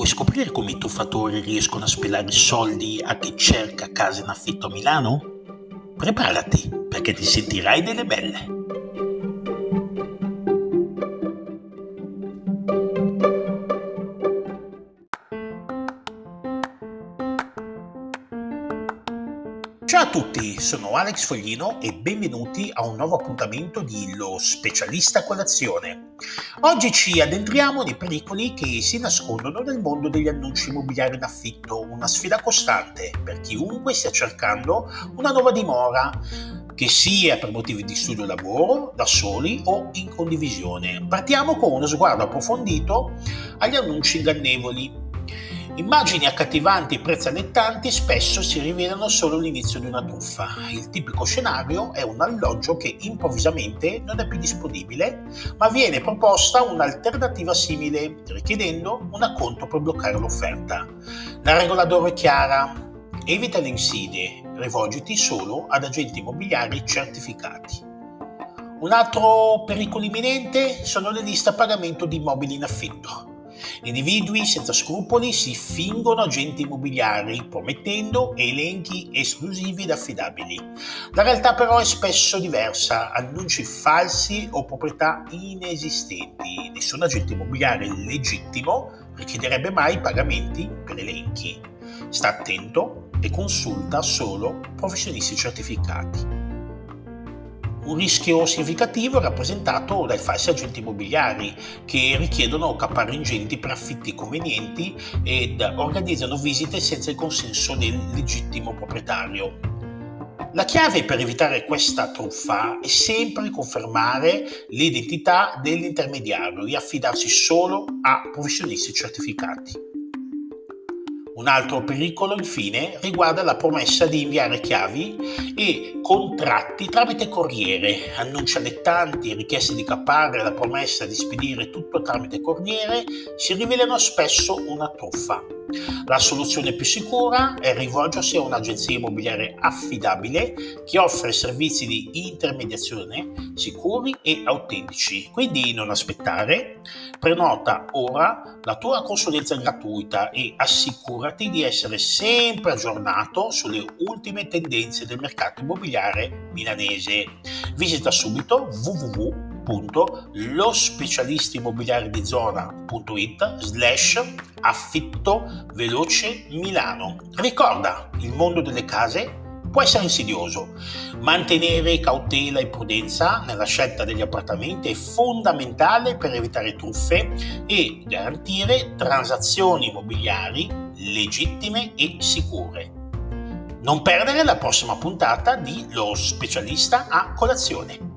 scoprire come i truffatori riescono a spilare soldi a chi cerca casa in affitto a Milano? Preparati, perché ti sentirai delle belle. Ciao a tutti, sono Alex Foglino e benvenuti a un nuovo appuntamento di Lo Specialista Colazione. Oggi ci addentriamo nei pericoli che si nascondono nel mondo degli annunci immobiliari in affitto, una sfida costante per chiunque stia cercando una nuova dimora, che sia per motivi di studio e lavoro, da soli o in condivisione. Partiamo con uno sguardo approfondito agli annunci ingannevoli. Immagini accattivanti e prezzi allettanti spesso si rivelano solo all'inizio di una truffa. Il tipico scenario è un alloggio che improvvisamente non è più disponibile, ma viene proposta un'alternativa simile, richiedendo un acconto per bloccare l'offerta. La regola d'oro è chiara: evita le insidie, rivolgiti solo ad agenti immobiliari certificati. Un altro pericolo imminente sono le liste a pagamento di immobili in affitto. Individui senza scrupoli si fingono agenti immobiliari promettendo elenchi esclusivi ed affidabili. La realtà però è spesso diversa: annunci falsi o proprietà inesistenti. Nessun agente immobiliare legittimo richiederebbe mai pagamenti per elenchi. Sta attento e consulta solo professionisti certificati. Un rischio significativo è rappresentato dai falsi agenti immobiliari, che richiedono caparre ingenti per affitti convenienti ed organizzano visite senza il consenso del legittimo proprietario. La chiave per evitare questa truffa è sempre confermare l'identità dell'intermediario e affidarsi solo a professionisti certificati. Un altro pericolo, infine, riguarda la promessa di inviare chiavi e contratti tramite corriere. Annunci allettanti, richieste di caparre e la promessa di spedire tutto tramite corriere si rivelano spesso una truffa. La soluzione più sicura è rivolgersi a un'agenzia immobiliare affidabile che offre servizi di intermediazione sicuri e autentici. Quindi non aspettare, prenota ora la tua consulenza gratuita e assicurati di essere sempre aggiornato sulle ultime tendenze del mercato immobiliare milanese. Visita subito www.lospecialistiimmobiliaridizona.it/affitto veloce Milano. Ricorda, il mondo delle case può essere insidioso. Mantenere cautela e prudenza nella scelta degli appartamenti è fondamentale per evitare truffe e garantire transazioni immobiliari legittime e sicure. Non perdere la prossima puntata di Lo Specialista a Colazione.